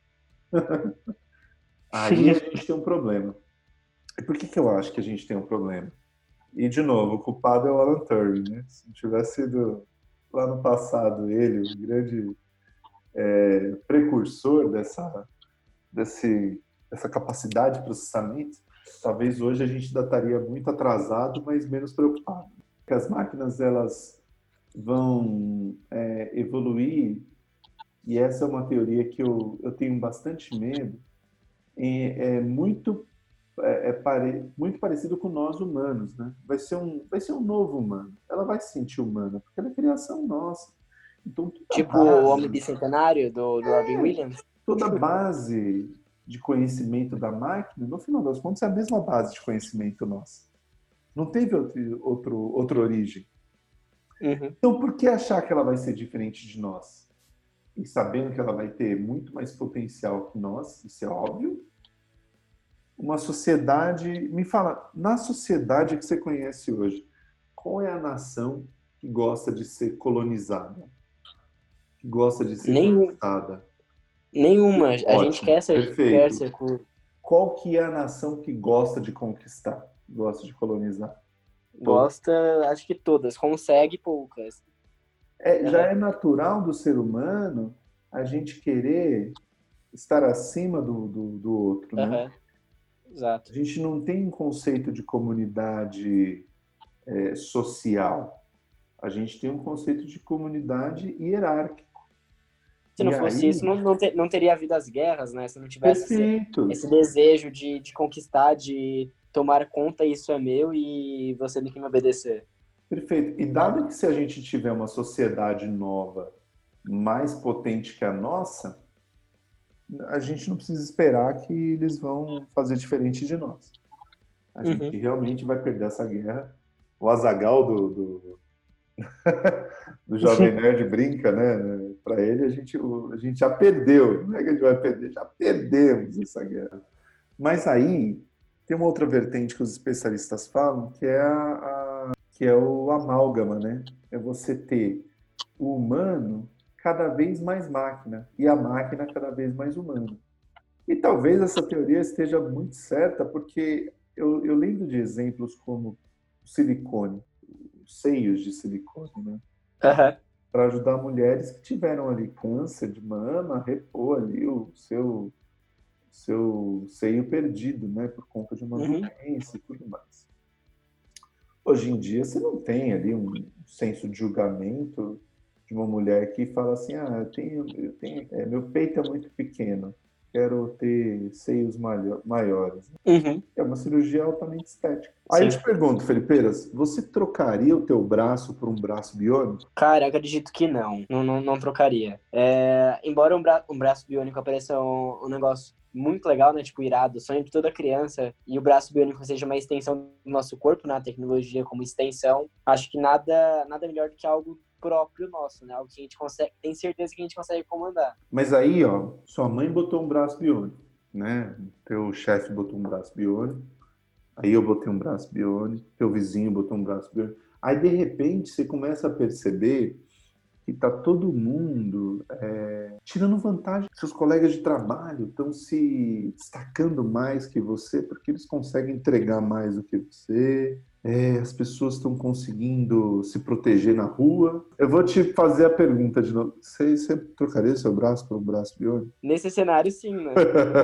Aí a gente tem um problema. E por que que eu acho que a gente tem um problema? E, de novo, o culpado é o Alan Turing, né? Se não tivesse sido lá no passado ele, o grande é, precursor dessa, desse, dessa capacidade de processamento, talvez hoje a gente ainda estaria muito atrasado, mas menos preocupado. Porque as máquinas, elas vão é, evoluir, e essa é uma teoria que eu, eu tenho bastante medo, é, é muito é, é pare... muito parecido com nós humanos, né? Vai ser um, vai ser um novo humano. Ela vai se sentir humana, porque ela é criação nossa. Então, toda a Tipo o Homem base, Bicentenário, do, do Robin Williams. toda a base de conhecimento da máquina, no final das contas, é a mesma base de conhecimento nossa. Não teve outro, outro, outra origem. Uhum. Então, por que achar que ela vai ser diferente de nós? E sabendo que ela vai ter muito mais potencial que nós, isso é óbvio. Uma sociedade... Me fala, na sociedade que você conhece hoje, qual é a nação que gosta de ser colonizada? Que gosta de ser Nenhum, conquistada? nenhuma. A gente Ótimo, quer ser, quer perfeito. ser com- Qual que é a nação que gosta de conquistar? Gosta de colonizar? Todas. gosta, acho que todas. Consegue poucas. É, já Uhum. é natural do ser humano a gente querer estar acima do, do, do outro, né? Uhum. Exato. A gente não tem um conceito de comunidade é, social. A gente tem um conceito de comunidade hierárquica. Se E não fosse aí, isso, não, não, ter, não teria havido as guerras, né? Se não tivesse esse, perfeito, esse desejo de, de conquistar, de tomar conta, isso é meu e você tem que me obedecer. perfeito. E dado que se a gente tiver uma sociedade nova, mais potente que a nossa, a gente não precisa esperar que eles vão fazer diferente de nós. A Uhum. gente realmente vai perder essa guerra. O Azaghal do, do, do Jovem Nerd brinca, né? Para ele, a gente, a gente já perdeu. Não é que a gente vai perder, já perdemos essa guerra. Mas aí tem uma outra vertente que os especialistas falam, que é, a, a, que é o amálgama, né? É você ter o humano cada vez mais máquina e a máquina cada vez mais humana. E talvez essa teoria esteja muito certa, porque eu, eu lembro de exemplos como o silicone, os seios de silicone, né? Uhum. Para ajudar mulheres que tiveram ali câncer de mama, a repor ali o seu, seu seio perdido, né? Por conta de uma Uhum. doença e tudo mais. Hoje em dia, você não tem ali um senso de julgamento de uma mulher que fala assim, ah, eu tenho, eu tenho, é, meu peito é muito pequeno, quero ter seios maiores. Uhum. É uma cirurgia altamente estética. Aí eu Sim. te pergunto, Felipeiras, você trocaria o teu braço por um braço biônico? Cara, eu acredito que não. Não, não, não trocaria. É, embora um, bra um braço biônico apareça um, um negócio muito legal, né? Tipo, irado, sonho de toda criança, e o braço biônico seja uma extensão do nosso corpo, né? A tecnologia como extensão, acho que nada, nada melhor do que algo próprio nosso, né? Algo que a gente consegue, tem certeza que a gente consegue comandar. Mas aí, ó, sua mãe botou um braço biônico, né? Teu chefe botou um braço biônico. Aí eu botei um braço biônico, teu vizinho botou um braço biônico. Aí, de repente, você começa a perceber que está todo mundo é, tirando vantagem. Seus colegas de trabalho estão se destacando mais que você porque eles conseguem entregar mais do que você. É, as pessoas estão conseguindo se proteger na rua. Eu vou te fazer a pergunta de novo. Você, você trocaria seu braço por um braço biônico? Nesse cenário, sim, né?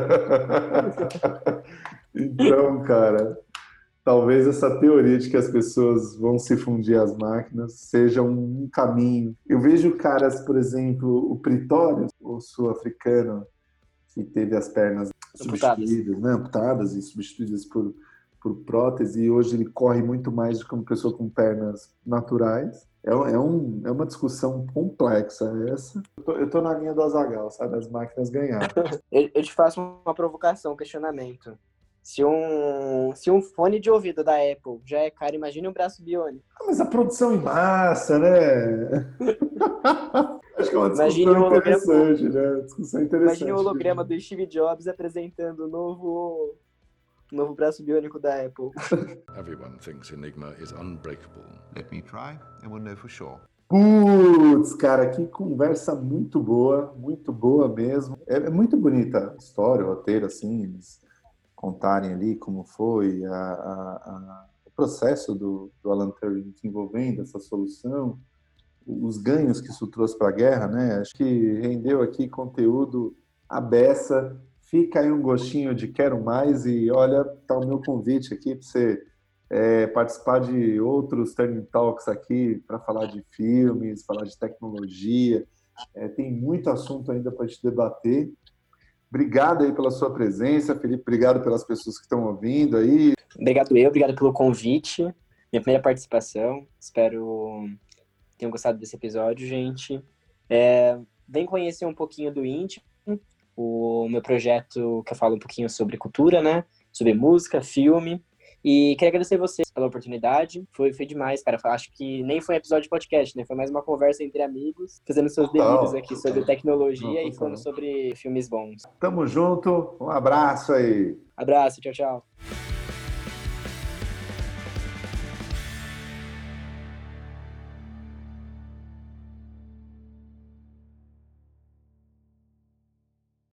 Então, cara, talvez essa teoria de que as pessoas vão se fundir às máquinas seja um caminho. Eu vejo caras, por exemplo, o Pretório, o sul-africano, que teve as pernas substituídas, né, amputadas e substituídas por, por prótese, e hoje ele corre muito mais do que uma pessoa com pernas naturais. É, é, um, é uma discussão complexa essa. Eu tô, eu tô na linha do Azaghal, sabe? As máquinas ganharam. eu, eu te faço uma provocação, um questionamento. Se um, se um fone de ouvido da Apple já é caro, imagine um braço biônico. Ah, mas a produção em massa, né? Acho que é uma discussão Imagine interessante, holograma, né? Discussão interessante. Imagine o holograma do Steve Jobs apresentando o novo, novo braço biônico da Apple. Everyone thinks Enigma is unbreakable. Let me try, and we'll know for sure. Putz, cara, que conversa muito boa, muito boa mesmo. É, é muito bonita a história, o roteiro, assim, eles contarem ali como foi a, a, a, o processo do, do Alan Turing envolvendo essa solução, os ganhos que isso trouxe para a guerra, né? Acho que rendeu aqui conteúdo à beça. Fica aí um gostinho de quero mais e olha, tá o meu convite aqui para você é, participar de outros Turning Talks aqui para falar de filmes, falar de tecnologia. É, tem muito assunto ainda para te debater. Obrigado aí pela sua presença, Felipe. Obrigado pelas pessoas que estão ouvindo aí. Obrigado eu, obrigado pelo convite. Minha primeira participação. Espero que tenham gostado desse episódio, gente. É, vem conhecer um pouquinho do Íntimo, o meu projeto que eu falo um pouquinho sobre cultura, né? Sobre música, filme. E queria agradecer vocês pela oportunidade. Foi, foi demais, cara. Acho que nem foi um episódio de podcast, né? Foi mais uma conversa entre amigos, fazendo seus delírios aqui sobre tecnologia e falando sobre filmes bons. Tamo junto. Um abraço aí. Abraço, tchau, tchau.